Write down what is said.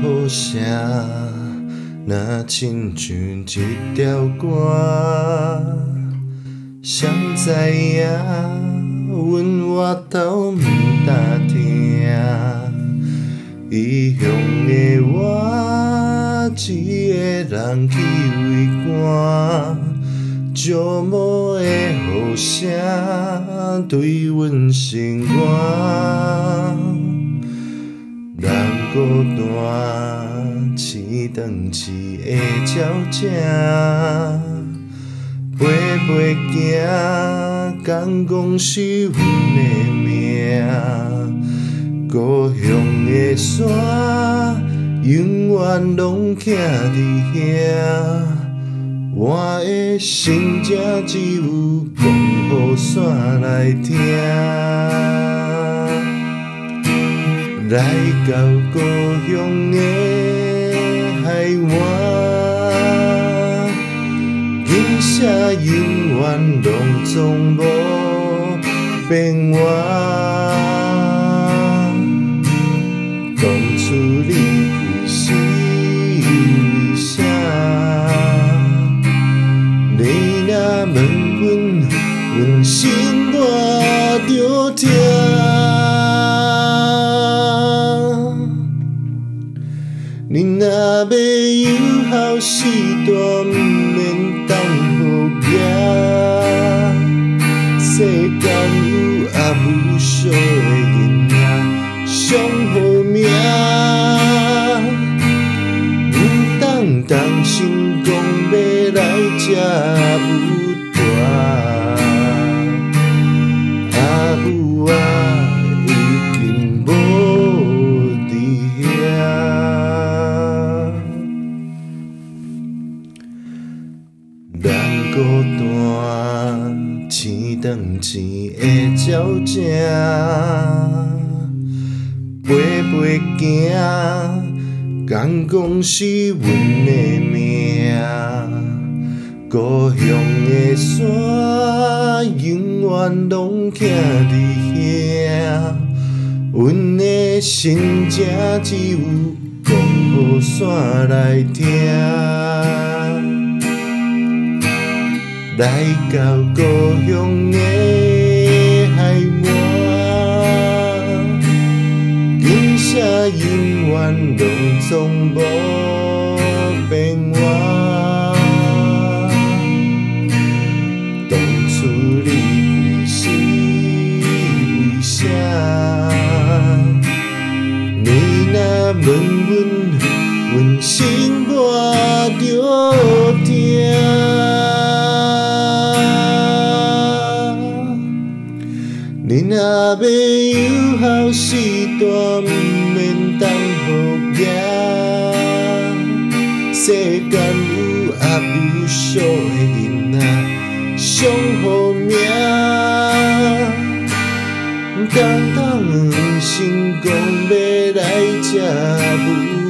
好声，若亲像一条歌，谁知影阮额头毋值听，异乡的我，一个人去为寒，寂寞的雨声对阮心肝。人孤单，饲长饲的鸟只，飞飞行，敢讲是阮的命。故乡的山，永远拢徛伫遐。我的心只只有讲予山来听。来到故乡的海岸，景色永远拢总无变化。当初你开始为啥？你若问阮，阮心我着痛。你若要有孝时段，毋免等好行。世间有也无相的囡仔，上好命。毋通当心讲要来这舞大，阿母啊已经无伫遐。人孤单，饲长饲的鸟只，飞飞行，敢讲是阮的命。故乡的山，永远拢徛伫遐。阮的心只只有讲予山来听。来到故乡的海岸，景色永远拢总无变化。当初你开始为啥？你若问阮，阮心我着痛。你若要有孝时段，毋免等好行。世间有也无相的囡仔，上好命。敢当心讲要来这舞。